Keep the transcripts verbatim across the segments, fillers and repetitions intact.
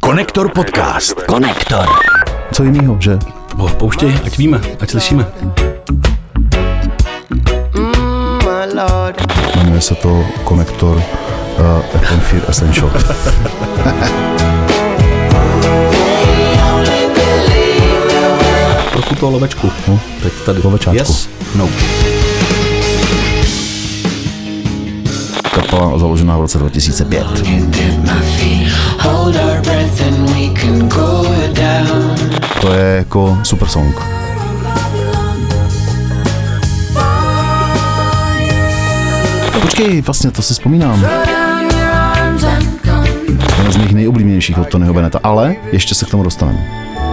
Konektor podcast. Konektor. Co jinýho, že? Oh, pouštěj, ať víme, ať slyšíme. Jmenuje se to Konektor uh, F M čtyři Essential. Trochu toho lovečku. No, teď tady. Lovečátku. Yes, no. Kapela založená v roce dva tisíce pět. To je jako super song. Počkej, vlastně to si vzpomínám. Jeden z mých nejoblíbenějších od Tonyho Beneta, ale ještě se k tomu dostaneme.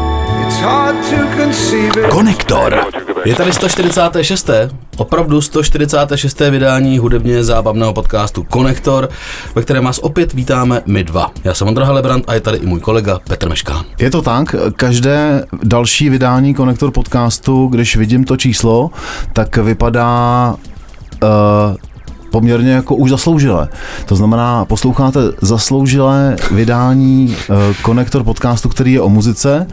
Konektor. Je tady sto čtyřicáté šesté Opravdu sto čtyřicáté šesté vydání hudebně zábavného podcastu Konektor, ve kterém vás opět vítáme my dva. Já jsem Ondra Helebrant a je tady i můj kolega Petr Meškán. Je to tak, každé další vydání Konektor podcastu, když vidím to číslo, tak vypadá uh, poměrně jako už zasloužilé. To znamená, posloucháte zasloužilé vydání uh, Konektor podcastu, který je o muzice.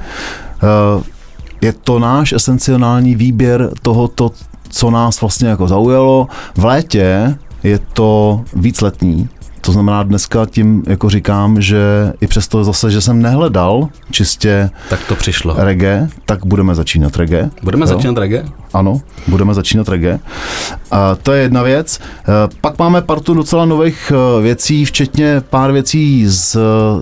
Uh, je to náš esenciální výběr tohoto, co nás vlastně jako zaujalo. V létě je to vícletní. To znamená, dneska tím jako říkám, že i přesto zase, že jsem nehledal čistě tak to přišlo. reggae, tak budeme začínat reggae. Budeme jo? začínat reggae? Ano, budeme začínat reggae. A to je jedna věc. Pak máme partu docela nových věcí, včetně pár věcí z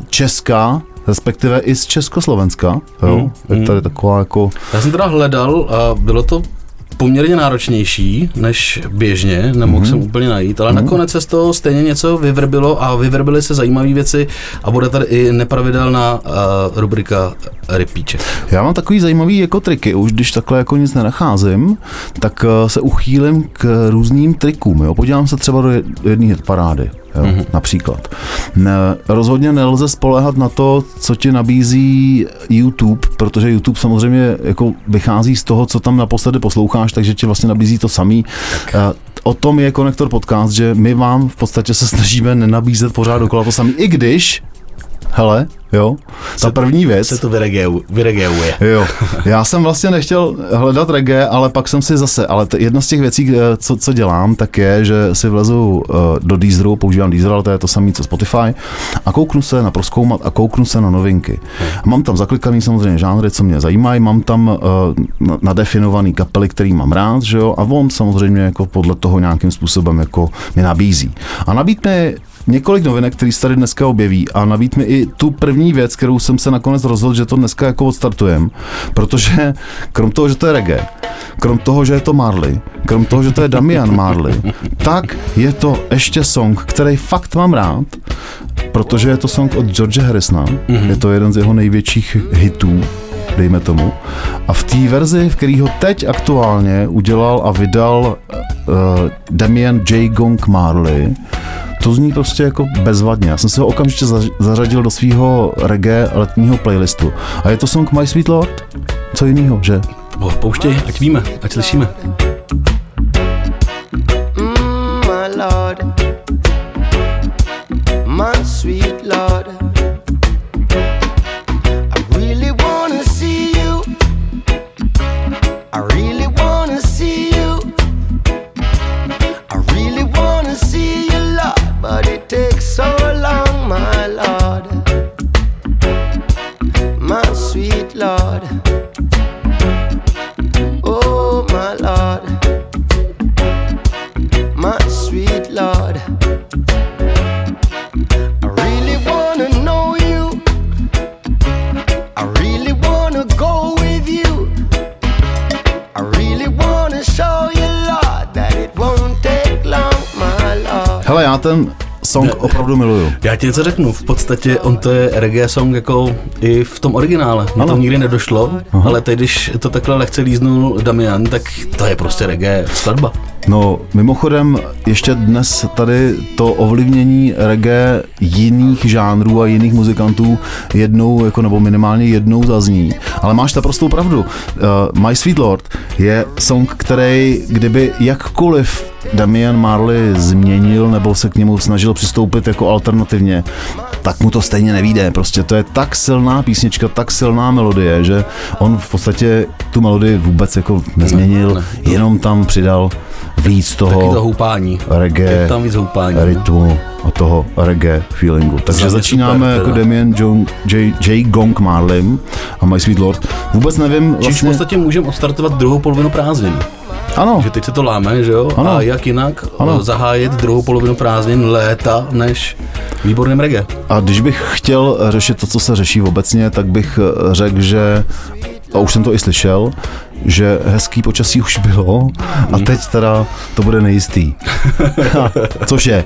Česka, respektive i z Československa. Jo? Hmm, je tady taková jako... Já jsem teda hledal a bylo to poměrně náročnější než běžně, nemohl mm-hmm. jsem úplně najít, ale mm-hmm. nakonec se z toho stejně něco vyvrbilo a vyvrbily se zajímavé věci a bude tady i nepravidelná uh, rubrika Rypíček. Já mám takový zajímavý jako triky, už když takhle jako nic nenacházím, tak uh, se uchýlím k různým trikům, jo? Podívám se třeba do jedné hitparády. Jo, mm-hmm. například. Ne, rozhodně nelze spoléhat na to, co ti nabízí YouTube, protože YouTube samozřejmě jako vychází z toho, co tam naposledy posloucháš, takže ti vlastně nabízí to samý. Tak. O tom je Konektor podcast, že my vám v podstatě se snažíme nenabízet pořád dokola to samý, i když, hele, jo, ta se, první věc. Se to vyregeuje. Jo, já jsem vlastně nechtěl hledat reggae, ale pak jsem si zase, ale t- jedna z těch věcí, co, co dělám, tak je, že si vlezu uh, do Deezeru, používám Deezer, ale to je to samé co Spotify, a kouknu se na prozkoumat a kouknu se na novinky. A mám tam zaklikaný samozřejmě žánry, co mě zajímají, mám tam uh, nadefinovaný kapely, který mám rád, že jo, a on samozřejmě jako podle toho nějakým způsobem jako mi nabízí. A nabíd mi několik novinek, který se tady dneska objeví, a nabíd mi i tu první věc, kterou jsem se nakonec rozhodl, že to dneska jako odstartujem, protože krom toho, že to je reggae, krom toho, že je to Marley, krom toho, že to je Damian Marley, tak je to ještě song, který fakt mám rád, protože je to song od George Harrisona, mm-hmm. je to jeden z jeho největších hitů, dejme tomu. A v té verzi, v který ho teď aktuálně udělal a vydal uh, Damian J. Gong Marley, to zní prostě jako bezvadně. Já jsem si ho okamžitě zařadil do svého reggae letního playlistu. A je to song My Sweet Lord? Co jinýho, že? Oh, pouštěj, ať víme, ať slyšíme. Mm, my Lord, my sweet Lord, I really wanna see you, I really wanna see you, I really wanna see you, Lord, but it takes so long, my Lord, my sweet Lord, oh my Lord, my sweet Lord, I really wanna know you, I really wanna go with you, I really wanna show you, Lord, that it won't take long, my Lord. Hele, já ten song opravdu miluju. Já ti něco řeknu, v podstatě on to je reggae song jako i v tom originále. Mně to nikdy nedošlo, aha. ale teď, když to takhle lehce líznul Damian, tak to je prostě reggae skladba. No, mimochodem, ještě dnes tady to ovlivnění reggae jiných žánrů a jiných muzikantů jednou, jako nebo minimálně jednou zazní. Ale máš naprostou pravdu. Uh, My Sweet Lord je song, který kdyby jakkoliv Damian Marley změnil nebo se k němu snažil přistoupit jako alternativně, tak mu to stejně nevyjde. Prostě to je tak silná písnička, tak silná melodie, že on v podstatě tu melodii vůbec jako nezměnil, ne, ne. jenom tam přidal víc toho Taky to houpání. reggae, tam víc houpání, rytmu a toho reggae feelingu. Takže Zami začínáme super, jako Damian John, J, J. Gong Marlem a My Sweet Lord. Vůbec nevím vlastně... Čiž v podstatě můžeme odstartovat druhou polovinu prázdnin. Ano. Že teď se to láme, že jo? Ano. A jak jinak ano. zahájit druhou polovinu prázdnin léta než výborným reggae. A když bych chtěl řešit to, co se řeší obecně, tak bych řekl, že a už jsem to i slyšel, že hezký počasí už bylo a teď teda to bude nejistý. Což je?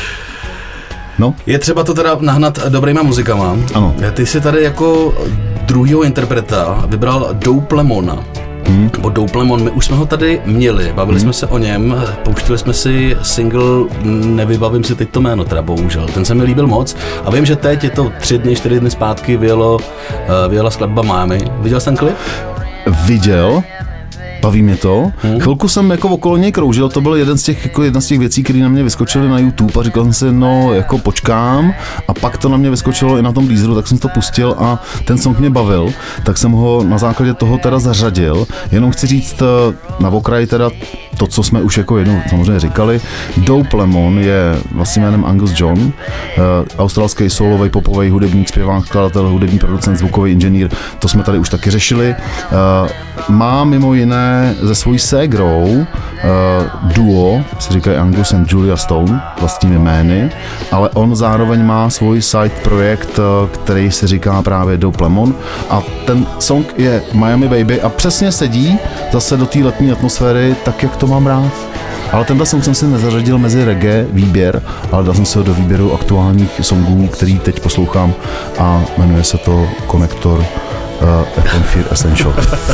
No? Je třeba to teda nahnat dobrýma muzikama. Ano. Ty si tady jako druhýho interpreta vybral Dope Lemona. Hmm. Nebo Dope Lemon, my už jsme ho tady měli, bavili hmm. jsme se o něm, pouštili jsme si single, nevybavím si teď to jméno teda bohužel, ten se mi líbil moc a vím, že teď je to tři dny, čtyři dny zpátky vyjelo, uh, vyjela skladba Miami. Viděl jsi ten klip? Viděl. Baví mě to. Hmm. Chvilku jsem jako okolo něj kroužil, to byl jeden z těch, jako jedna z těch věcí, které na mě vyskočily na YouTube a říkal jsem si, no jako počkám a pak to na mě vyskočilo i na tom Deezeru, tak jsem to pustil a ten song mě bavil, tak jsem ho na základě toho teda zařadil. Jenom chci říct na okraji teda to, co jsme už jako jednou samozřejmě říkali. Dope Lemon je vlastně jménem Angus John, uh, australský soulový popový hudebník, zpěvák, skladatel, hudební producent, zvukový inženýr, to jsme tady už taky řešili. Uh, má mimo jiné se svojí ségrou uh, duo, se říkají Angus and Julia Stone, vlastními jmény, ale on zároveň má svůj side projekt, uh, který se říká právě Dope Lemon a ten song je Miami Baby a přesně sedí zase do té letní atmosféry tak, jak to mám rád. Ale tenhle song jsem si nezařadil mezi reggae výběr, ale dal jsem si ho do výběru aktuálních songů, který teď poslouchám a jmenuje se to Konektor uh, F M čtyři Essential.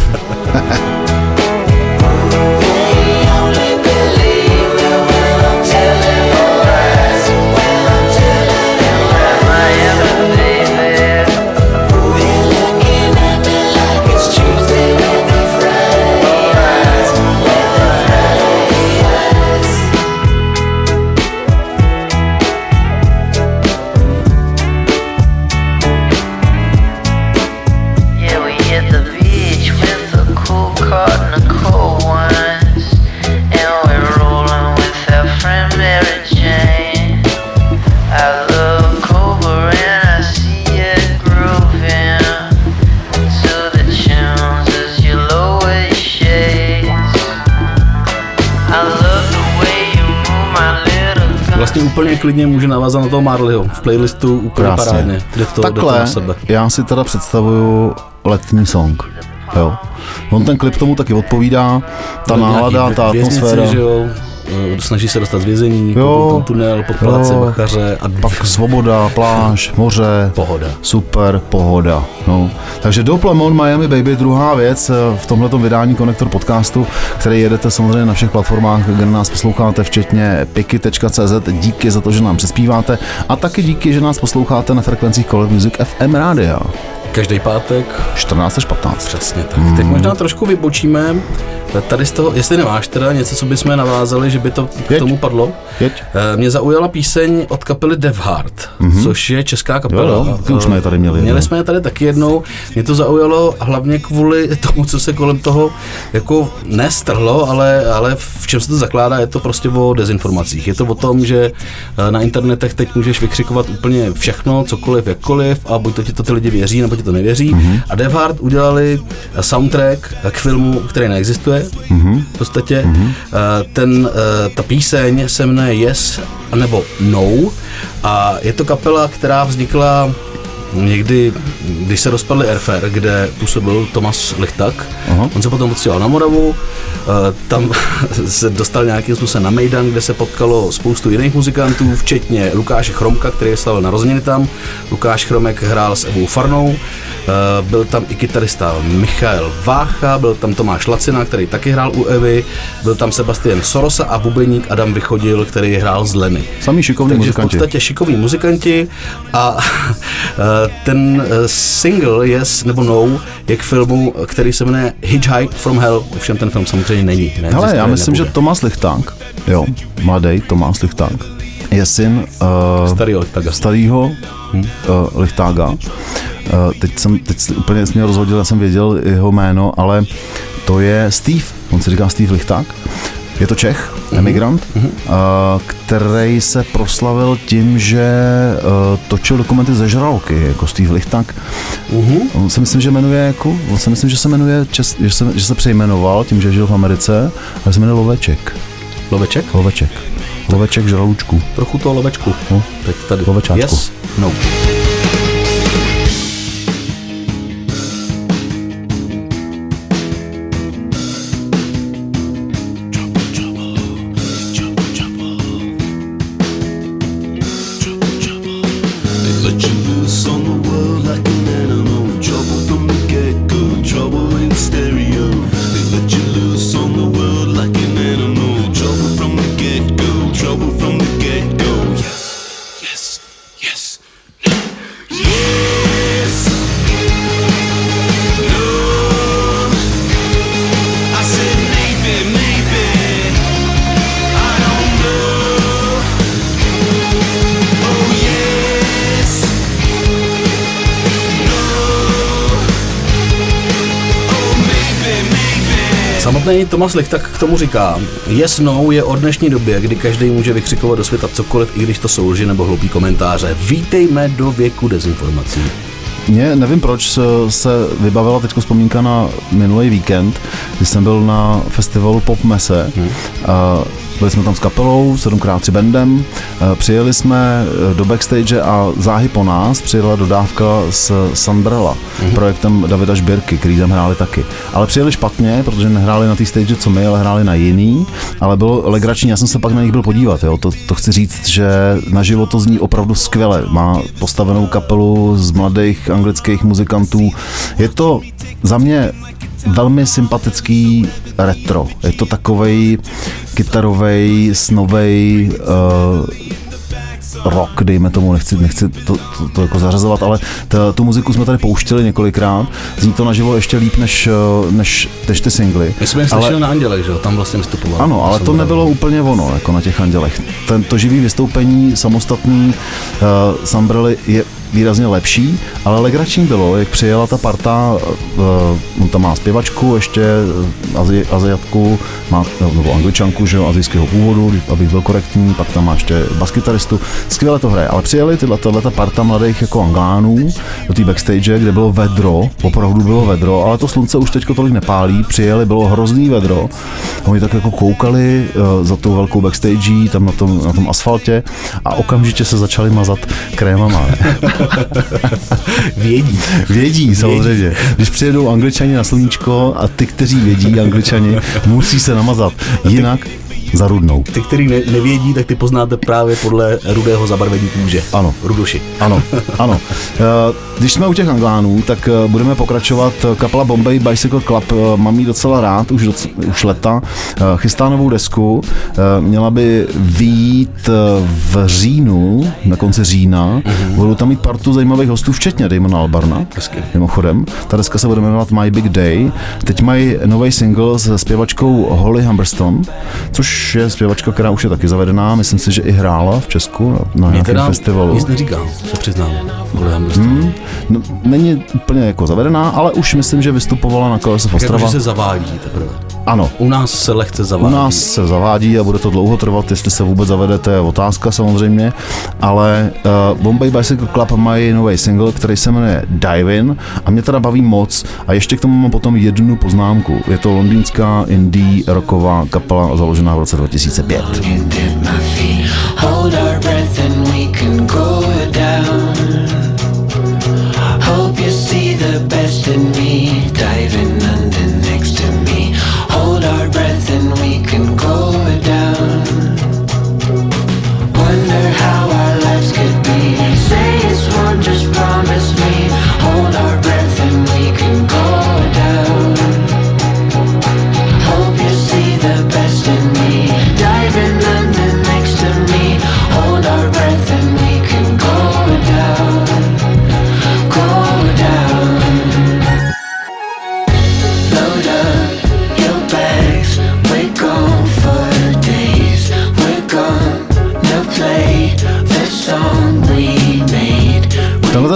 Vlastně úplně klidně může navázat na toho Marleyho v playlistu úplně Krásně. parádně. Jde to, Takhle jde to na sebe. Já si teda představuju letní song. Jo. On ten klip tomu taky odpovídá, ta nálada, ta atmosféra. Věznici, že jo? Snaží se dostat z vězení, kopou tunel, pod palce Bachaře a pak svoboda, pláž, moře, pohoda. Super pohoda. No. Takže Dope Lemon, Miami Baby, druhá věc v tomhletom vydání Konektor podcastu, který jedete samozřejmě na všech platformách, kde nás posloucháte, včetně piky tečka cé zet. Díky za to, že nám přispíváte a taky díky, že nás posloucháte na frekvencích Color Music F M rádia. Každý pátek. čtrnáct až patnáct. Přesně tak. Hmm. Teď možná trošku vybočíme tady z toho, jestli nemáš teda něco, co bychom navázali, že by to k Jeď. tomu padlo. Jeď. Mě zaujala píseň od kapely Dev Heart, mm-hmm. což je česká kapela. Jo, jo. Ty už jsme je tady měli. Měli jsme je tady taky jednou. Mě to zaujalo hlavně kvůli tomu, co se kolem toho jako nestrhlo, ale, ale v čem se to zakládá, je to prostě o dezinformacích. Je to o tom, že na internetech teď můžeš vykřikovat úplně všechno, cokoliv, jakkoliv a buď to ti to ty lidi věří, nebo ti to nevěří. Mm-hmm. A Dev Heart udělali soundtrack k filmu, který neexistuje. Mm-hmm. V podstatě mm-hmm. ten, ta píseň se jmenuje Yes nebo No a je to kapela, která vznikla někdy, když se rozpadly Airfare, kde působil Tomas Lichtak. Aha. On se potom odstěhoval na Moravu, tam se dostal nějakým způsobem na Mejdan, kde se potkalo spoustu jiných muzikantů, včetně Lukáše Chromka, který slavil narozeniny tam. Lukáš Chromek hrál s Evou Farnou, byl tam i kytarista Michael Vácha, byl tam Tomáš Lacina, který taky hrál u Evy, byl tam Sebastian Sorosa a bubeník Adam Vychodil, který hrál z Lenny. Sami šikovní Takže muzikanti. v podstatě šikovní muzikanti a ten single Yes nebo No je k filmu, který se jmenuje Hitchhike from Hell, ovšem ten film samozřejmě není. Hele, já myslím, nebude. Že Tomáš Lichtang, jo, mladý Tomáš Lichtang, je syn uh, starýho Lichtaga. Starýho hmm. uh, Lichtaga. Uh, teď jsem teď úplně mě rozhodil, já jsem věděl jeho jméno, ale to je Steve, on se říká Steve Lichtag. Je to Čech, mm-hmm. emigrant, mm-hmm. Uh, který se proslavil tím, že uh, točil dokumenty ze žraloky, jako Steve Lichtag. Mm-hmm. On se myslím, že jmenuje jako, on se myslím, že se jmenuje, čes, že, se, že se přejmenoval tím, že žil v Americe, ale se jmenuje Loveček. Loveček? Loveček. Loveček žraločku. Trochu toho lovečku. No. Teď tady. Lovečáčku. Yes, no. Samotný Tomáš Lichtag k tomu říká, Yes No je od dnešní době, kdy každý může vykřikovat do světa cokoliv, i když to jsou lži nebo hloupý komentáře. Vítejme do věku dezinformací. Mně nevím, proč se vybavila teď vzpomínka na minulý víkend, kdy jsem byl na festivalu Pop Messe. Hmm. Byli jsme tam s kapelou, sedm krát tři bandem, přijeli jsme do backstage a záhy po nás přijela dodávka z Sunbrella, mm-hmm. projektem Davida Žbírky, který tam hráli taky. Ale přijeli špatně, protože nehráli na té stage, co my, ale hráli na jiný, ale bylo legrační, já jsem se pak na nich byl podívat, jo. To, to chci říct, že naživo to zní opravdu skvěle, má postavenou kapelu z mladých anglických muzikantů, je to za mě velmi sympatický retro. Je to takovej kytarovej, snovej uh, rock, dejme tomu, nechci, nechci to, to, to jako zařazovat, ale t, tu muziku jsme tady pouštěli několikrát. Zní to naživo ještě líp než, než, než ty singly. My jsme je slyšeli na Andělech, že jo? Tam vlastně vystupoval. Ano, ale to nebylo dal. úplně ono, jako na těch Andělech. Tento živý vystoupení, samostatný uh, Sunbrelly je výrazně lepší, ale legrační bylo, jak přijela ta parta, uh, on tam má zpěvačku, ještě Azi, Aziatku, má, nebo Angličanku, že jo, azijského původu, abych byl korektní, pak tam má ještě baskytaristu, skvěle to hraje, ale přijeli tyhle, tato parta mladých jako Anglánů do té backstage, kde bylo vedro, opravdu bylo vedro, ale to slunce už teďko tolik nepálí, přijeli, bylo hrozný vedro, oni tak jako koukali uh, za tou velkou backstage, tam na tom, na tom asfaltě a okamžitě se začali mazat krémama. Vědí. Vědí, samozřejmě. Když přijedou Angličani na sluníčko a ty, kteří vědí, Angličani, musí se namazat. Jinak zarudnou. Ty, kteří ne- nevědí, tak ty poznáte právě podle rudého zabarvení kůže. Ano. Rudoši. Ano, ano. Když jsme u těch Anglánů, tak budeme pokračovat. Kapela Bombay Bicycle Club, mám jí docela rád, už, doc- už leta. Chystá novou desku, měla by vyjít v říjnu, na konci října. Mm-hmm. Budou tam mít partu zajímavých hostů, včetně Damona Albarna. Hezky. Mimochodem. Ta deska se bude jmenovat My Big Day. Teď mají nový single s zpěvačkou Holly Humberstone, což je zpěvačka, která už je taky zavedená. Myslím si, že i hrála v Česku na nějakém festivalu. Nic neříká, se přiznám. Hmm, no, není úplně jako zavedená, ale už myslím, že vystupovala na Colors of Ostrava. Takže se zavádí teprve. Ano. U nás se lehce zavádí. U nás se zavádí a bude to dlouho trvat, jestli se vůbec zavede, to je otázka samozřejmě, ale uh, Bombay Bicycle Club mají nový single, který se jmenuje Dive In a mě teda baví moc a ještě k tomu mám potom jednu poznámku. Je to londýnská indie rocková kapela založená v roce dva tisíce pět. Hope you see the best in me, diving under next to me. Hold our breath and we can go down. Wonder how our lives could be. Say it's one, just promise me. Hold our breath and we can go down. Hope you see the best in me, diving under next to me. Hold our breath and we can go down.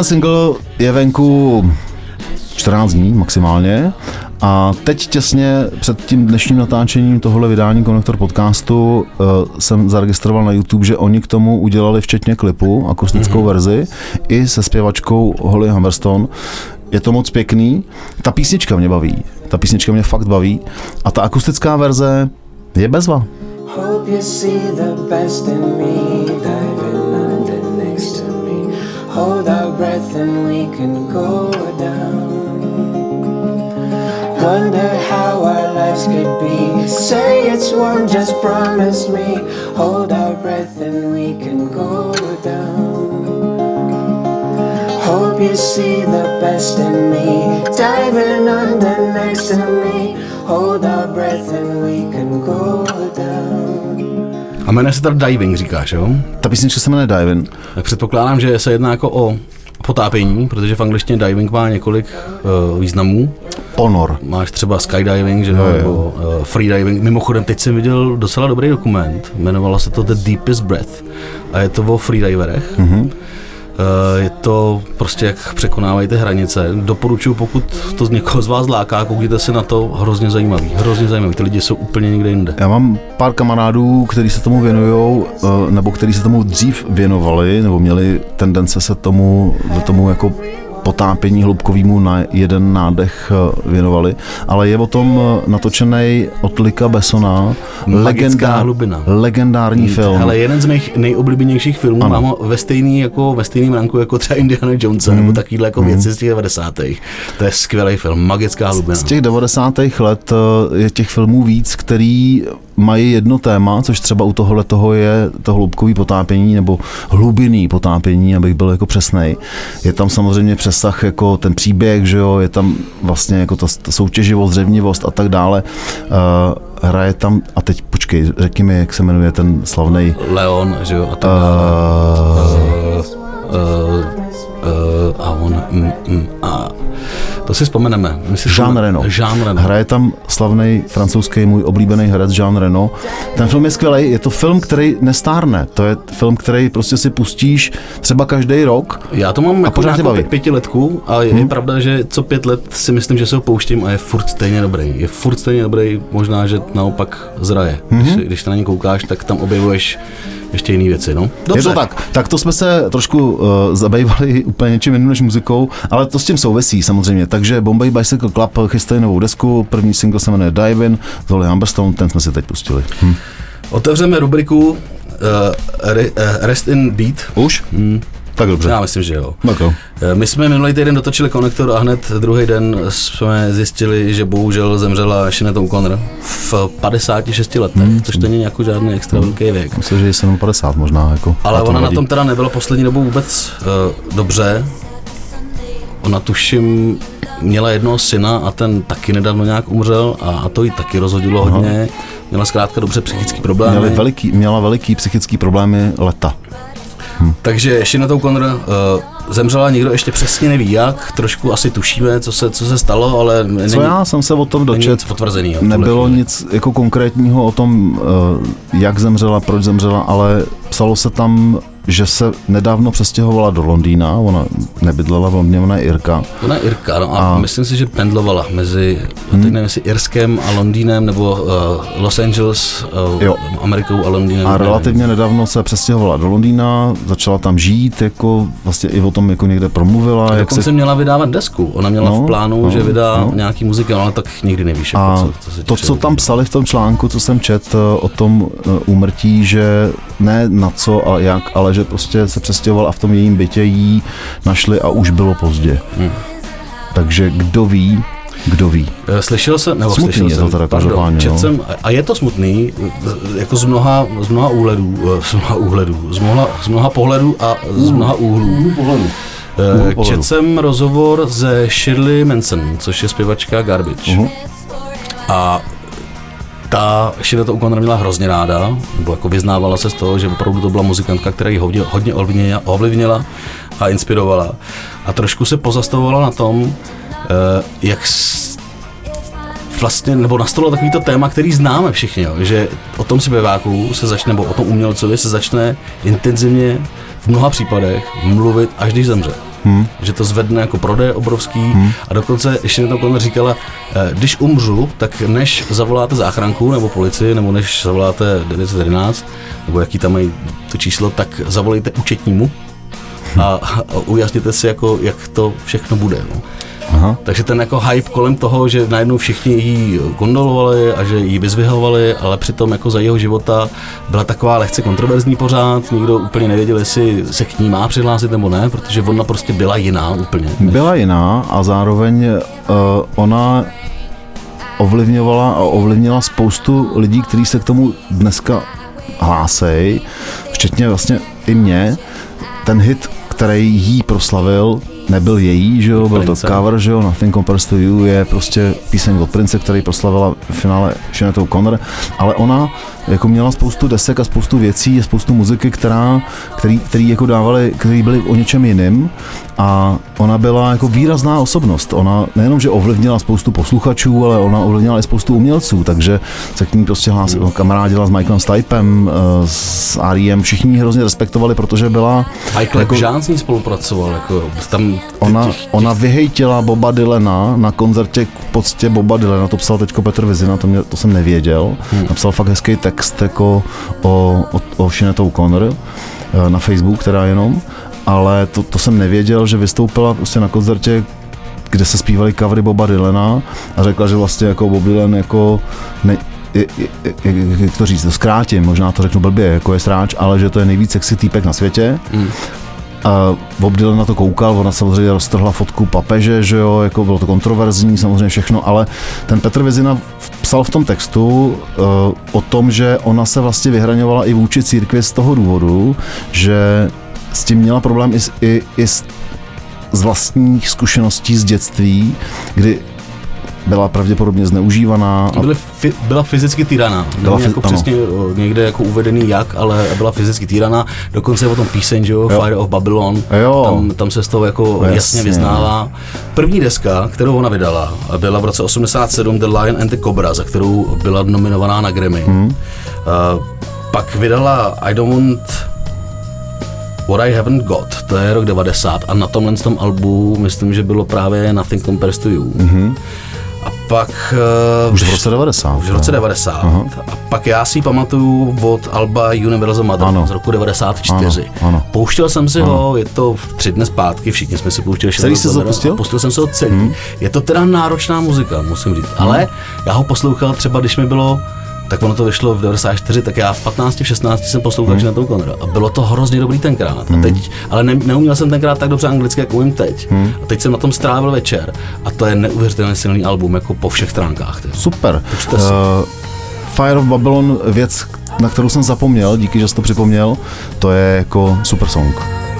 single je venku čtrnáct dní maximálně a teď těsně před tím dnešním natáčením tohohle vydání Konektor podcastu uh, jsem zaregistroval na YouTube, že oni k tomu udělali včetně klipu, akustickou mm-hmm. verzi i se zpěvačkou Holly Humberstone. Je to moc pěkný. Ta písnička mě baví. Ta písnička mě fakt baví. A ta akustická verze je bezva. Hope you see the best in me, diving under next to me. Hold our breath and we can go down. Wonder how our lives could be. Say it's warm, just promise me. Hold our breath and we can go down. Hope you see the best in me, diving under next to me. Hold our breath and we can go down. A jmenuje se teda Diving, říkáš, jo? Ta písnička se jmenuje Diving. Tak předpokládám, že se jedná jako o potápění, protože v angličtině diving má několik uh, významů. Ponor. Máš třeba skydiving, že jo, nebo uh, freediving. Mimochodem, teď jsem viděl docela dobrý dokument, jmenovalo se to The Deepest Breath a je to o freediverech. Mm-hmm. Je to prostě, jak překonávají ty hranice. Doporučuji, pokud to z někoho z vás láká, koukněte si na to, hrozně zajímavý. Hrozně zajímavý. Ty lidi jsou úplně někde jinde. Já mám pár kamarádů, kteří se tomu věnujou, nebo kteří se tomu dřív věnovali, nebo měli tendence se tomu, do tomu jako potápění hloubkovýmu na jeden nádech věnovali, ale je o tom natočený od Luca Bessona legendár, hlubina. legendární hmm, film. Ale jeden z mých nejoblíbenějších filmů, ano. Mám ho ve stejný jako ve stejným ranku jako třeba Indiana Jonesa, hmm. nebo takovýhle jako věci hmm. z těch devadesátých. To je skvělý film, Magická hlubina. Z těch devadesátých let je těch filmů víc, který mají jedno téma, což třeba u tohohle toho je to hloubkový potápění nebo hlubinný potápění, abych byl jako přesnej. Je tam samozřejmě přesah jako ten příběh, že jo, je tam vlastně jako ta, ta soutěživost, zřevnivost a tak dále. Uh, hraje tam, a teď počkej, řekni mi, jak se jmenuje ten slavnej Leon, že jo, a tak dále. Uh, uh, uh, uh, a on mm, mm, a to si vzpomeneme. Jean Reno. Jean Reno. Hraje tam slavný francouzský můj oblíbený herec Jean Reno. Ten film je skvělý, je to film, který nestárne. To je film, který prostě si pustíš třeba každý rok. Já to mám jako nějakou pětiletku a je, hmm. je pravda, že co pět let si myslím, že se ho pouštím a je furt stejně dobrý. Je furt stejně dobrý, možná, že naopak zraje. Hmm. Když, když na něj koukáš, tak tam objevuješ ještě jiné věci, no. Dobře. Je to tak. Tak to jsme se trošku uh, zabývali úplně něčím jiným než muzikou, ale to s tím souvisí samozřejmě. Takže Bombay Bicycle Club chystají novou desku, první single se jmenuje Divin, z Holly Humberstone, ten jsme si teď pustili. Hm. Otevřeme rubriku uh, re, uh, Rest in Beat. Už? Hm. Tak dobře. Já myslím, že jo. Okay. My jsme minulý týden dotočili Konektor a hned druhý den jsme zjistili, že bohužel zemřela Sinéad O'Connor v padesáti šesti letech, hmm. což to není jako žádný extra hmm. velký věk. Myslím, že je sedm padesát možná. Jako, ale ona na tom teda nebyla poslední dobou vůbec uh, dobře. Ona tuším měla jednoho syna a ten taky nedávno nějak umřel a, a to jí taky rozhodilo Aha. hodně. Měla zkrátka dobře psychický problémy. Měla veliký, měla veliký psychický problémy leta. Hm. Takže Sinéad O'Connor uh, zemřela, nikdo ještě přesně neví jak, trošku asi tušíme, co se, co se stalo, ale co není, já jsem se o tom dočet, potvrzený. Nebylo nic jako konkrétního o tom, uh, jak zemřela, proč zemřela, ale psalo se tam, že se nedávno přestěhovala do Londýna, ona nebydlela v Londýně, ona je Irka. Ona je Irka, no a, a myslím si, že pendlovala mezi, hmm. teď nevím, jestli Irskem a Londýnem, nebo uh, Los Angeles, uh, Amerikou a Londýnem. A relativně nedávno se přestěhovala do Londýna, začala tam žít, jako vlastně i o tom jako někde promluvila. A jak dokonce se... měla vydávat desku, ona měla no, v plánu, no, že vydá no. nějaký muziky, ale tak nikdy nevíš. A jako, co, co se to, co tam psali v tom článku, co jsem čet o tom úmrtí, že ne na co a jak, ale že prostě se přestěhoval a v tom jejím bytě jí našli a už bylo pozdě. Hmm. Takže kdo ví, kdo ví. Slyšel jsem, nebo smutný slyšel je jsem, to teda pardon, čet jsem, a je to smutný, jako z mnoha, z mnoha úhledů, z mnoha úhledů, z mnoha, z mnoha pohledů a z mnoha úhlů. Uh, čet jsem rozhovor se Shirley Manson, což je zpěvačka Garbage. Uh-huh. A ta Sinéad O'Connor měla hrozně ráda, nebo jako vyznávala se z toho, že opravdu to byla muzikantka, která ji hodně, hodně ovlivnila, ovlivnila a inspirovala. A trošku se pozastavovala na tom, jak vlastně, nebo nastalo takovýto téma, který známe všichni, jo, že o tom zpěváku se začne, nebo o tom umělcovi se začne intenzivně v mnoha případech mluvit, až když zemře. hmm. že to zvedne jako prodej obrovský hmm. a dokonce ještě to Conner říkala, když umřu, tak než zavoláte záchranku nebo policii, nebo než zavoláte devět set jedenáct, nebo jaký tam mají to číslo, tak zavolejte účetnímu a, a ujasněte si, jako, jak to všechno bude. No. Aha. Takže ten jako hype kolem toho, že najednou všichni jí gondolovali a že jí vyzvihovali, ale přitom jako za jeho života byla taková lehce kontroverzní pořád, nikdo úplně nevěděl, jestli se k ní má přihlásit nebo ne, protože ona prostě byla jiná úplně. Byla jiná a zároveň uh, ona ovlivňovala a ovlivnila spoustu lidí, kteří se k tomu dneska hlásejí, včetně vlastně i mě. Ten hit, který jí proslavil, nebyl její, že jo, byl to cover, že jo, Nothing Compares to You je prostě píseň od Prince, který proslavila v finále Sinéad O'Connor, ale ona jako měla spoustu desek a spoustu věcí a spoustu muziky, která, který, který jako dávali, který byly o něčem jiným a ona byla jako výrazná osobnost. Ona nejenom, že ovlivnila spoustu posluchačů, ale ona ovlivnila i spoustu umělců, takže se k ní prostě hlásila, hmm. kamarádila s Michaelem Stipem, s R E M, všichni ji hrozně respektovali, protože byla... Michael jako, Jean s ní spolupracoval, jako tam... Ona, těch, těch... ona vyhejtila Boba Dylana na koncertě k poctě Boba Dylana, to psal teďko Petr Vizina, to, mě, to jsem nevěděl, hmm. napsal fakt hezký text jako o, o, o Sinéad O'Connor na Facebook teda jenom, ale to, to jsem nevěděl, že vystoupila prostě na koncertě, kde se zpívali covery Boba Dylana a řekla, že vlastně jako Bob Dylan jako ne, je, je, je, jak to říct, to zkrátím, možná to řeknu blbě, jako je sráč, ale že to je nejvíc sexy týpek na světě. Hmm. A Bob Dylan na to koukal, ona samozřejmě roztrhla fotku papeže, že jo, jako bylo to kontroverzní, samozřejmě všechno, ale ten Petr Vizina psal v tom textu uh, o tom, že ona se vlastně vyhraňovala i vůči církvi z toho důvodu, že s tím měla problém i, i, i z, z vlastních zkušeností z dětství, kdy byla pravděpodobně zneužívaná. A... Byla, fi, byla fyzicky týraná. Byla jako přesně někde jako uvedený jak, ale byla fyzicky týraná. Dokonce je o tom píseň, že jo, jo. Fire of Babylon. Jo. Tam, tam se z toho jako jasně, jasně vyznává. První deska, kterou ona vydala, byla v roce osmdesát sedm The Lion and the Cobra, za kterou byla nominovaná na Grammy. Hmm. Uh, pak vydala I Don't Want What I Haven't Got, to je rok devadesát a na tomhle tom albu myslím, že bylo právě Nothing Compares to You. Mm-hmm. A pak... Uh, už v roce devadesát. Už v roce devadesát. Aha. A pak já si pamatuju od alba Universal Mother ano. z roku devadesát čtyři. Ano. Ano. Pouštěl jsem si ano. ho, je to tři dny zpátky, všichni jsme si pouštěli. Celý jsi to pustil? Pustil jsem se ho celý. Hmm. Je to teda náročná muzika, musím říct. Hmm. Ale já ho poslouchal třeba, když mi bylo... tak ono to vyšlo v devadesát čtyři, tak já v patnácti, v šestnácti jsem poslouchal hmm. Sinéada O'Connora a bylo to hrozně dobrý tenkrát. Hmm. A teď, ale ne, neuměl jsem tenkrát tak dobře anglicky, jak umím teď. Hmm. A teď jsem na tom strávil večer a to je neuvěřitelně silný album, jako po všech stránkách. Teď. Super. Uh, Fire of Babylon, věc, na kterou jsem zapomněl, díky, že jsi to připomněl, to je jako super song.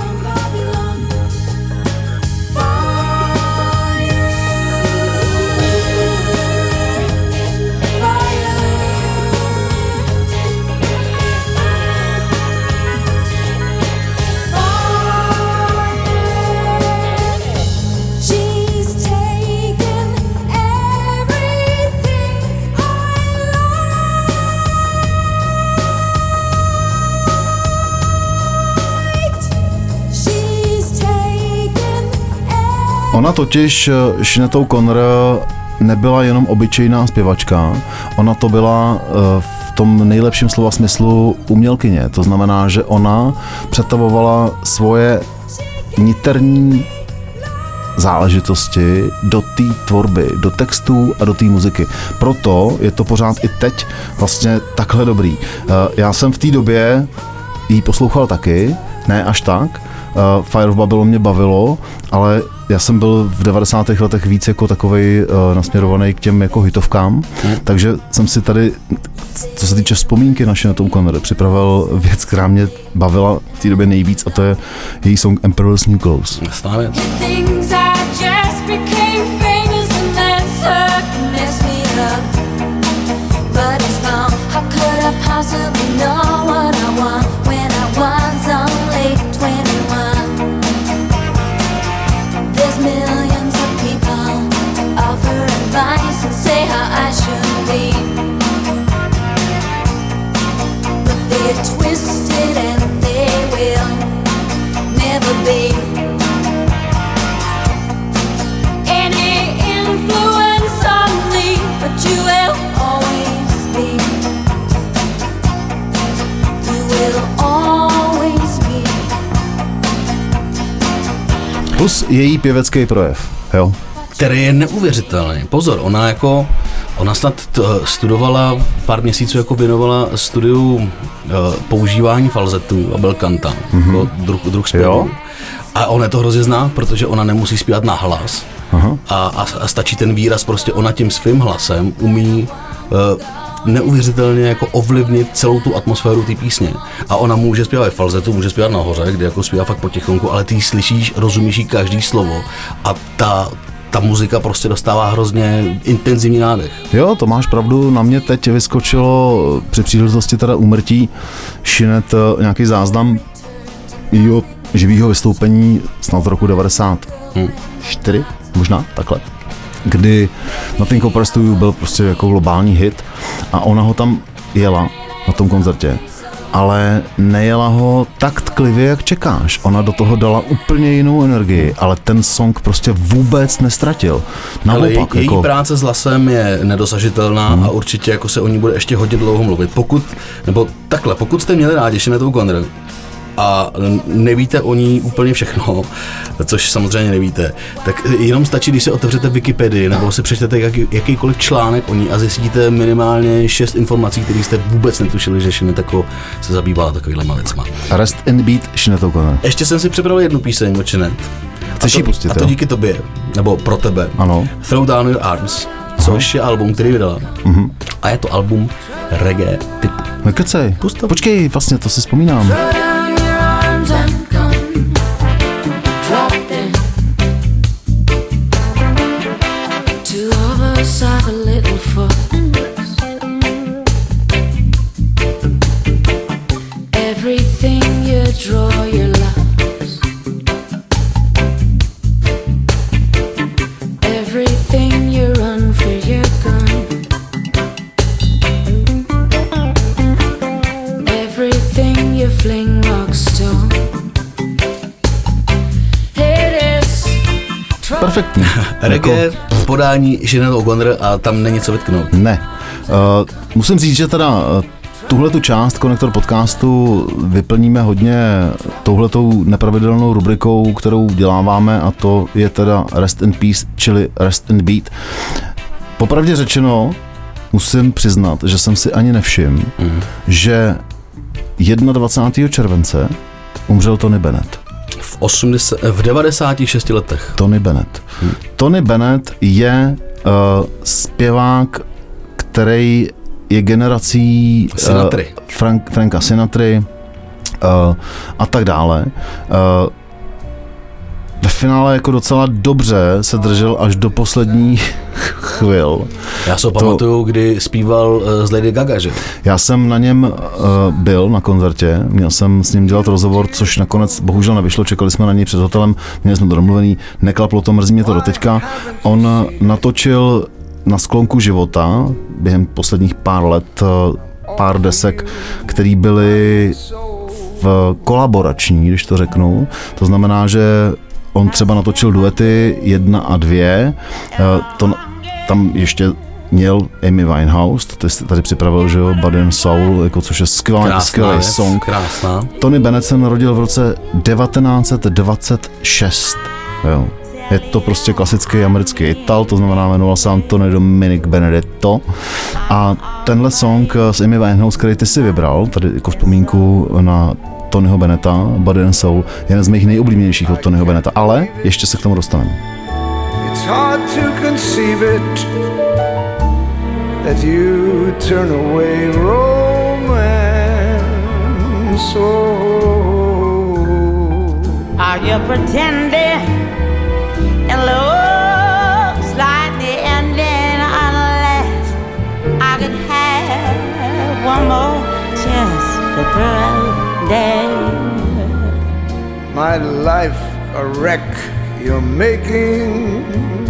Ona totiž, Sinéad O'Connor, nebyla jenom obyčejná zpěvačka, ona to byla v tom nejlepším slova smyslu umělkyně. To znamená, že ona přetavovala svoje niterní záležitosti do té tvorby, do textů a do té muziky. Proto je to pořád i teď vlastně takhle dobrý. Já jsem v té době jí poslouchal taky, ne až tak. Fire of Babylon mě bavilo, ale já jsem byl v devadesátých letech víc jako takovej uh, nasměrovaný k těm jako hitovkám, hmm. takže jsem si tady, co se týče vzpomínky na Sinéad O'Connor, připravil věc, která mě bavila v té době nejvíc, a to je její song Emperor's New Clothes. Jasná věc. Twisted and they will never be. Plus její pěvecký projev, jo. Který je neuvěřitelný. Pozor, ona jako, ona snad t- studovala, pár měsíců jako věnovala studiu uh, používání falzetů a belkanta, mm-hmm. jako druh, druh zpěvu. A ona to hrozně zná, protože ona nemusí zpívat na hlas. A, a, a stačí ten výraz, prostě ona tím svým hlasem umí uh, neuvěřitelně jako ovlivnit celou tu atmosféru té písně. A ona může zpívat ve falzetu, může zpívat nahoře, kde jako zpívá fakt potichonku, ale ty ji slyšíš, rozumíš jí každý slovo a ta ta muzika prostě dostává hrozně intenzivní nádech. Jo, to máš pravdu, na mě teď vyskočilo při příležitosti teda úmrtí Sinead nějaký záznam jeho živýho vystoupení snad z roku devadesát čtyři, hmm. možná takhle, kdy Nothing Compares to You byl prostě jako globální hit a ona ho tam jela na tom koncertě, ale nejela ho tak tklivě, jak čekáš. Ona do toho dala úplně jinou energii, ale ten song prostě vůbec nestratil. Naopak, ale její jako... práce s hlasem je nedosažitelná hmm. a určitě jako se o ní bude ještě hodně dlouho mluvit. Pokud, nebo takhle, pokud jste měli rádi Sinead O'Connor a nevíte o ní úplně všechno, což samozřejmě nevíte, tak jenom stačí, když si otevřete Wikipedii nebo si přečtete jaký, jakýkoliv článek o ní a zjistíte minimálně šest informací, které jste vůbec netušili, že Sinead tako se zabývala takovýhlema věcma. Rest in beat Sinead O'Connor. Ještě jsem si připravil jednu píseň od Sinead. Chceš ji pustit, A to jo? díky tobě, nebo pro tebe. Ano. Throw Down Your Arms, což je album, který vydala. Uh-huh. A je to album reggae typu. Nekecej. Počkej, vlastně to si vzpomínám. And come drop in. Two of us have a little fuss. Everything you draw, you lost. Everything you run for, your gun. Everything you fling rocks stone. Perfektní. Reggae v podání Sinead O'Connor a tam není co vytknout. Ne. Uh, musím říct, že teda uh, tuhletu část Konektor podcastu vyplníme hodně touhletou nepravidelnou rubrikou, kterou děláváme, a to je teda Rest in Peace, čili Rest in Beat. Popravdě řečeno, musím přiznat, že jsem si ani nevšiml, mm. že dvacátého prvního července umřel Tony Bennett. V, osmdesát, v devadesáti šesti letech. Tony Bennett. Hmm. Tony Bennett je uh, zpěvák, který je generací Sinatry. Uh, Frank, Franka Sinatry uh, a tak dále. Uh, ve finále jako docela dobře se držel až do posledních chvil. Já se ho to... pamatuju, kdy zpíval uh, z Lady Gaga, že? Já jsem na něm uh, byl na koncertě, měl jsem s ním dělat rozhovor, což nakonec bohužel nevyšlo, čekali jsme na něj před hotelem, měli jsme to domluvený, neklaplo to, mrzí mě to doteďka. On natočil na sklonku života během posledních pár let uh, pár desek, které byly v kolaborační, když to řeknu. To znamená, že on třeba natočil duety jedna a dvě, uh, to, tam ještě měl Amy Winehouse, to jsi tady připravil, že jo, Body and Soul, jako, což je skvělý, skvělý song. Krásná. Tony Bennett se narodil v roce devatenáct set dvacet šest. Jo. Je to prostě klasický americký Ital, to znamená, jmenoval se Anthony Dominic Benedetto. A tenhle song s Amy Winehouse, který ty si vybral, tady jako vzpomínku na Tonyho Bennetta, Body and Soul, je jeden z mých nejoblíbenějších od Tonyho Bennetta, ale ještě se k tomu dostaneme. It's hard to conceive it that you turn away romance. Oh. Are you pretending it looks like the ending unless I could have one more chance to pretend? My life a wreck you're making.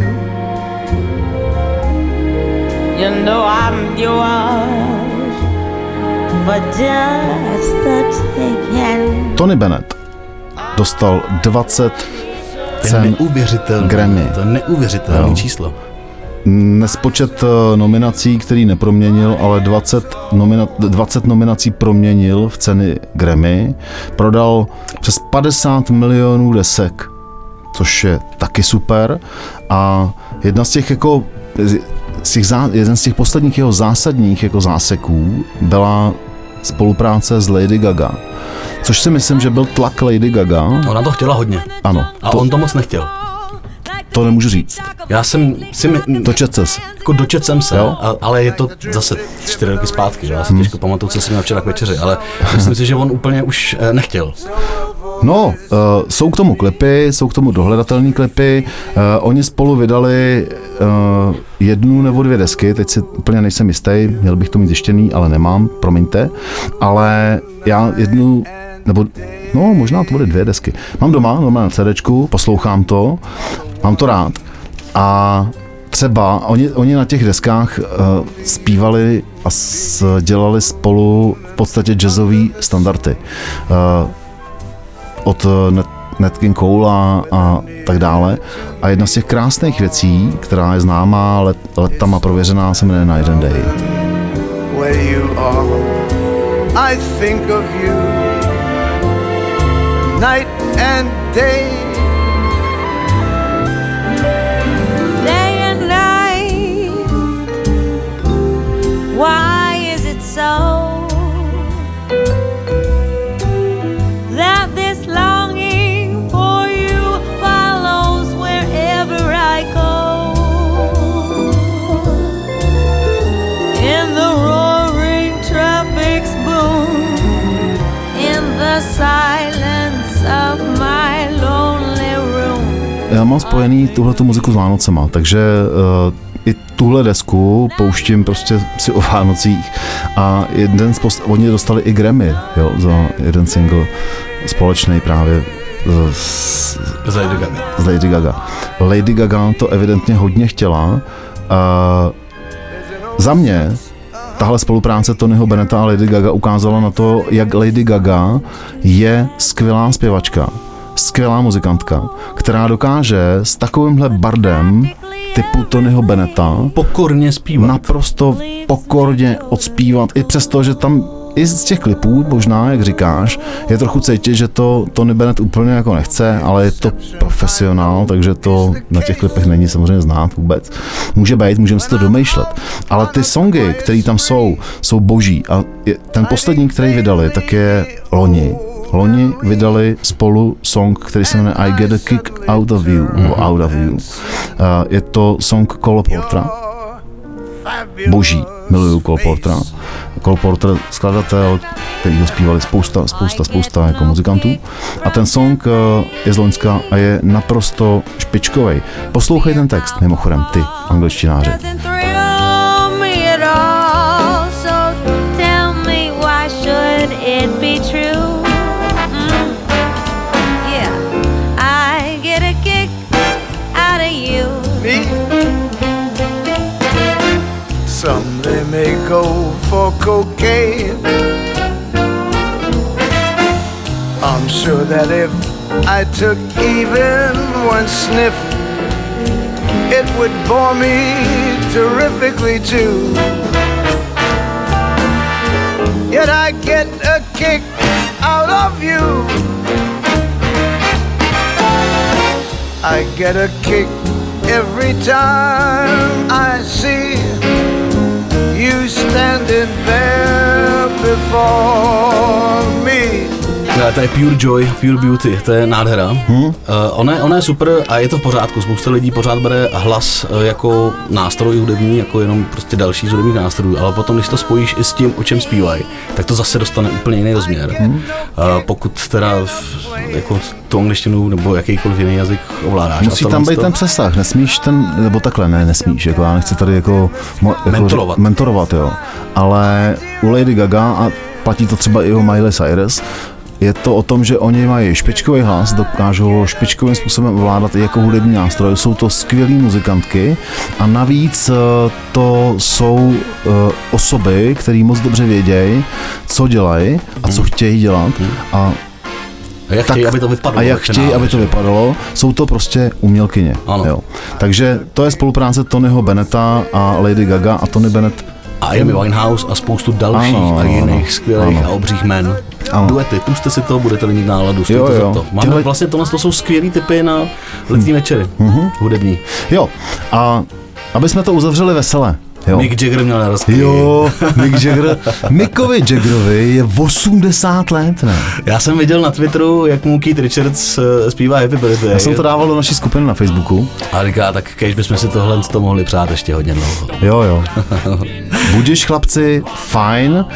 You know I'm yours for just the taking. Tony Bennett dostal dvacet cen neuvěřitelný, Grammy. To je neuvěřitelné číslo. Nespočet nominací, který neproměnil, ale dvacet, nomina- dvacet nominací proměnil v ceny Grammy. Prodal přes padesát milionů desek. což je taky super. A jedna z těch jako, z těch zá, jeden z těch posledních jeho zásadních jako záseků byla spolupráce s Lady Gaga. Což si myslím, že byl tlak Lady Gaga. Ona to chtěla hodně. Ano. A to, on to moc nechtěl. To nemůžu říct. Já jsem si my, Dočet ses. Jako dočet jsem se, Jo? a, ale je to zase čtyři roky zpátky, že? Já si těžko pamatuju, co jsem měl včera k večeři, ale myslím si, že on úplně už eh, nechtěl. No, uh, jsou k tomu klipy, jsou k tomu dohledatelné klipy. Uh, oni spolu vydali uh, jednu nebo dvě desky, teď si úplně nejsem jistý, měl bych to mít zjištěný, ale nemám, promiňte. Ale já jednu, nebo no možná to byly dvě desky. Mám doma, normálně na CDčku, poslouchám to, mám to rád. A třeba oni, oni na těch deskách uh, zpívali a s, dělali spolu v podstatě jazzový standardy. Uh, od Nat, Nat King Cole a, a tak dále. A jedna z těch krásných věcí, která je známá, let, letama prověřená, se jmenuje Night and Day. Where you are, I think of you, night and day. Day and night. Why is it so that this longing for you follows wherever I go? In the roaring traffic's boom, in the silence of my lonely room. Já mám spojený tuhletu muziku s Vánocema, takže uh, i tuhle desku pouštím prostě si o Vánocích a jeden z post- oni dostali i Grammy, jo, za jeden single společný právě s, Z Lady Gaga. s Lady Gaga. Lady Gaga to evidentně hodně chtěla. Uh, za mě tahle spolupráce Tonyho Bennetta a Lady Gaga ukázala na to, jak Lady Gaga je skvělá zpěvačka, skvělá muzikantka, která dokáže s takovýmhle bardem typu Tonyho Bennetta Pokorně zpívat. naprosto pokorně odspívat, i přesto, že tam i z těch klipů, možná, jak říkáš, je trochu cítit, že to Tony Bennett úplně jako nechce, ale je to profesionál, takže to na těch klipech není samozřejmě znát vůbec. Může být, můžeme si to domýšlet. Ale ty songy, které tam jsou, jsou boží. A je, ten poslední, který vydali, tak je loni. Loni vydali spolu song, který se jmenuje I Get a Kick Out of You, nebo Out of You. Uh, je to song Cole Portera. Boží, miluju Cole Portera. Cole Porter, skladatel, který ho zpívali spousta, spousta, spousta jako muzikantů. A ten song uh, je z Loňska a je naprosto špičkovej. Poslouchej ten text, mimochodem, ty, angličtináři. Doesn't thrill me at all, so tell me why should it be true? Mm. Yeah, I get a kick out of you. Me? Some they may go for cocaine. I'm sure that if I took even one sniff, it would bore me terrifically too. Yet I get a kick out of you. I get a kick every time I see you standing there before me. To je Pure Joy, Pure Beauty, to je nádhera. Hmm. Uh, ona, je, ona je super a je to v pořádku. Spousta lidí pořád bere hlas uh, jako nástroj hudební, jako jenom prostě další z hudebních nástrojů, ale potom, když to spojíš i s tím, o čem zpívají, tak to zase dostane úplně jiný rozměr. Hmm. Uh, pokud teda jako tu angličtinu nebo jakýkoliv jiný jazyk ovládáš. Musí tam být to... ten přesah, nesmíš ten, nebo takhle, ne, nesmíš, jako já nechci tady jako, jako mentorovat. mentorovat, jo. Ale u Lady Gaga, a platí to třeba i o Miley Cyrus, je to o tom, že oni mají špičkový hlas, dokážou špičkovým způsobem ovládat i jako hudební nástroj. Jsou to skvělý muzikantky a navíc to jsou osoby, které moc dobře vědějí, co dělají a co chtějí dělat. A A jak tak, chtějí, aby to vypadalo. A jak chtějí, aby to vypadalo. Jsou to prostě umělkyně. Jo. Takže to je spolupráce Tonyho Bennetta a Lady Gaga a Tony Bennett A Amy Winehouse a spoustu dalších Ano, a jiných ano, skvělých ano. a obřích men. Ano. Duety, puste si to, budete-li mít náladu, Jo, stojte jo. za to. Máme Těhle- vlastně tohle, to jsou skvělý typy na letní večery, hudební. Jo, a aby jsme to uzavřeli veselé. Jo. Mick Jagger měl narozky. Jo, Mick Jagger. Mickovi Jaggerovi je osmdesát let, ne? Já jsem viděl na Twitteru, jak mu Keith Richards eh, zpívá Happy Birthday. Já jsem to dával do naší skupiny na Facebooku. A říká, tak kež bychom si tohle to mohli přát ještě hodně dlouho. Jo, jo. Budiš, chlapci, fajn. Uh,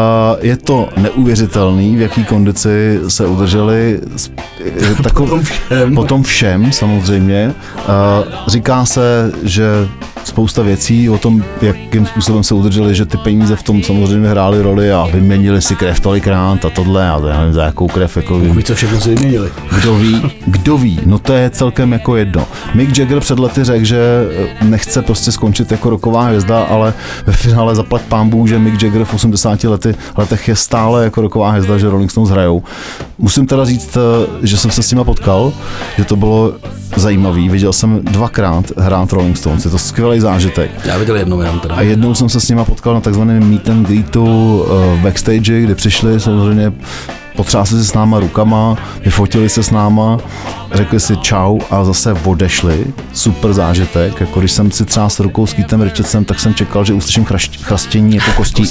je to neuvěřitelný, v jaký kondici se udrželi. Takov... Potom všem. Potom všem, samozřejmě. Uh, říká se, že spousta věcí o tom, jakým způsobem se udrželi, že ty peníze v tom samozřejmě hrály roli a vyměnili si krev tolikrát a tohle a to já nevím, za jakou krev. Jako Víš, co všechno si vyměnili. Kdo ví, kdo ví, no to je celkem jako jedno. Mick Jagger před lety řekl, že nechce prostě skončit jako rocková hvězda, ale ve finále zaplať pánbůh, že Mick Jagger v osmdesáti lety, letech je stále jako rocková hvězda, že Rolling Stones hrajou. Musím teda říct, že jsem se s nima potkal, že to bylo zajímavý. Viděl jsem dvakrát hrát Rolling Stones, je to skvělý zážitek. Já viděl jednou jenom teda. A jednou jsem se s nima potkal na takzvaném meet and greetu uh, backstage, kde přišli samozřejmě, potřásli si s náma rukama, vyfotili se s náma, řekli si čau a zase odešli. Super zážitek, jako když jsem si třásl rukou s Keithem Richardsem, tak jsem čekal, že uslyším chrašť, chrastění jako kostí.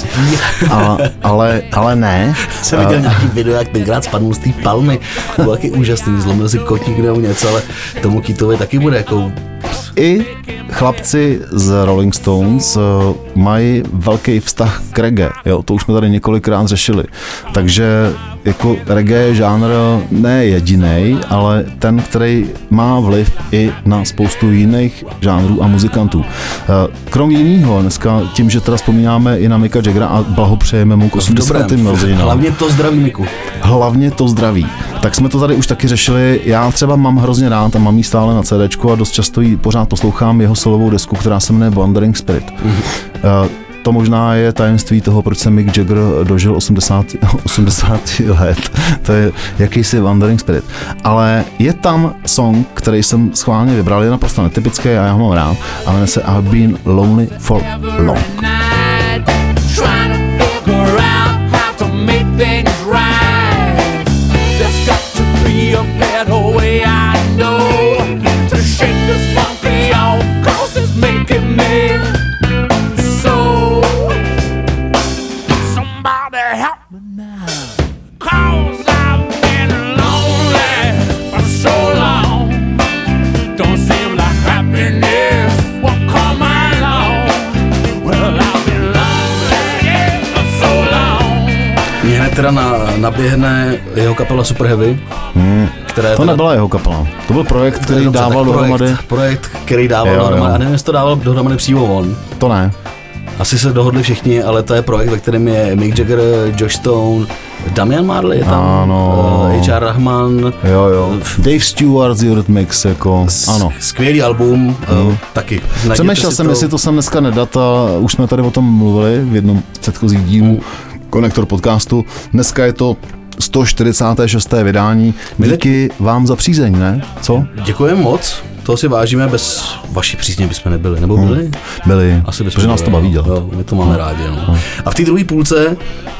A, ale, ale ne. Jsem viděl nějaký video, jak tenkrát spadnul z té palmy. To bylo taky úžasný, zlomil si kotík nebo něco, ale tomu Keithovi taky bude jako... I chlapci z Rolling Stones uh, mají velký vztah k reggae, jo, to už jsme tady několikrát řešili. Takže jako reggae je žánr ne jedinej, ale ten, který má vliv i na spoustu jiných žánrů a muzikantů. Uh, krom jiného, dneska tím, že teda vzpomínáme i na Micka Jaggera a blahopřejeme mu k osmdesátým narozeninám. Hlavně to zdraví, Miku. Hlavně to zdraví. Tak jsme to tady už taky řešili. Já třeba mám hrozně rád a mám ji stále na CDčku a dost často ji pořád poslouchám jeho solovou desku, která se jmenuje Wandering Spirit. Mm-hmm. Uh, to možná je tajemství toho, proč se Mick Jagger dožil osmdesát, osmdesát let. To je jakýsi Wandering Spirit. Ale je tam song, který jsem schválně vybral, je naprosto netypický a já ho mám rád, a jmenuje se I've Been Lonely for Long. Teda na, naběhne jeho kapela Super Heavy, hmm. které To teda, nebyla jeho kapela, to byl projekt, který dobře, dával projekt, dohromady. Projekt, který dával Jo, dohromady, jo. a nevím, jestli to dával dohromady přímo on. To ne. Asi se dohodli všichni, ale to je projekt, ve kterém je Mick Jagger, Josh Stone, Damian Marley je tam, Ano. uh, H R Rahman, Jo, jo. Dave Stewart z Eurythmics, jako, ano. skvělý album, mm. uh, taky. Najděte Přemýšlel si jsem, to. jestli to jsem dneska nedat, a už jsme tady o tom mluvili v jednom z předchozích dílů Konektor podcastu. Dneska je to sto čtyřicáté šesté vydání. Díky vám za přízeň, ne? Co? Děkujeme moc, toho si vážíme, bez vaší přízně bychom nebyli, nebo byli? Hmm. Byli, Asi bychom protože nás to byli, baví jo. dělat. Jo, my to máme rádi. No. A v té druhé půlce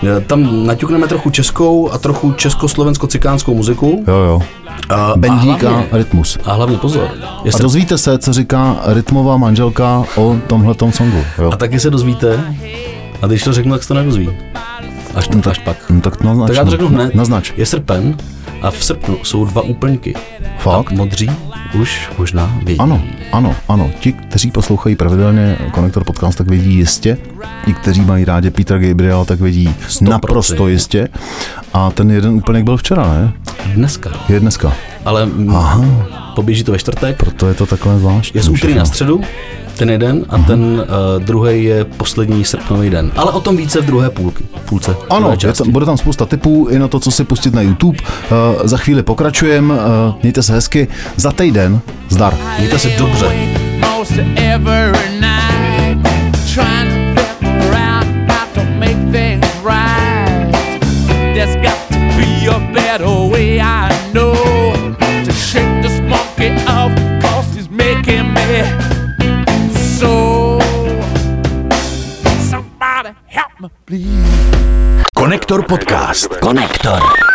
tam naťukneme trochu českou a trochu československo-cikánskou muziku. Jo, jo. A, Bendík a, a hlavně, rytmus. a hlavně pozor. A Jestli, dozvíte se, co říká rytmová manželka o tomhletom songu. Jo. a taky se dozvíte, a když to řeknu, tak se to nedozví. Až, to, až pak. No, tak naznač. Tak já to řeknu hned. Naznač. Je srpen a v srpnu jsou dva úplňky. Fakt? A modří už možná vědí. Ano, ano, ano. Ti, kteří poslouchají pravidelně Konektor podcast, tak vědí jistě. Ti, kteří mají rádi Petra Gabriela, tak vědí sto procent. naprosto jistě. A ten jeden úplněk byl včera, ne? Dneska. Je dneska. Ale Aha. poběží to ve čtvrtek. Proto je to takhle zvláštní. Je z úterý všechno. na středu, ten jeden, a ten uh, druhý je poslední srpnový den. Ale o tom více v druhé půlky, půlce. Ano, druhé je části. tam, bude tam spousta tipů i na to, co si pustit na YouTube. Uh, za chvíli pokračujeme, uh, mějte se hezky. Za týden zdar. Mějte se dobře. Most every night, trying to figure out how to make things right. There's got to be a better way, I know, to shake this monkey off, 'cause he's making me so. Somebody Somebody help me, please. Konektor podcast. Konektor.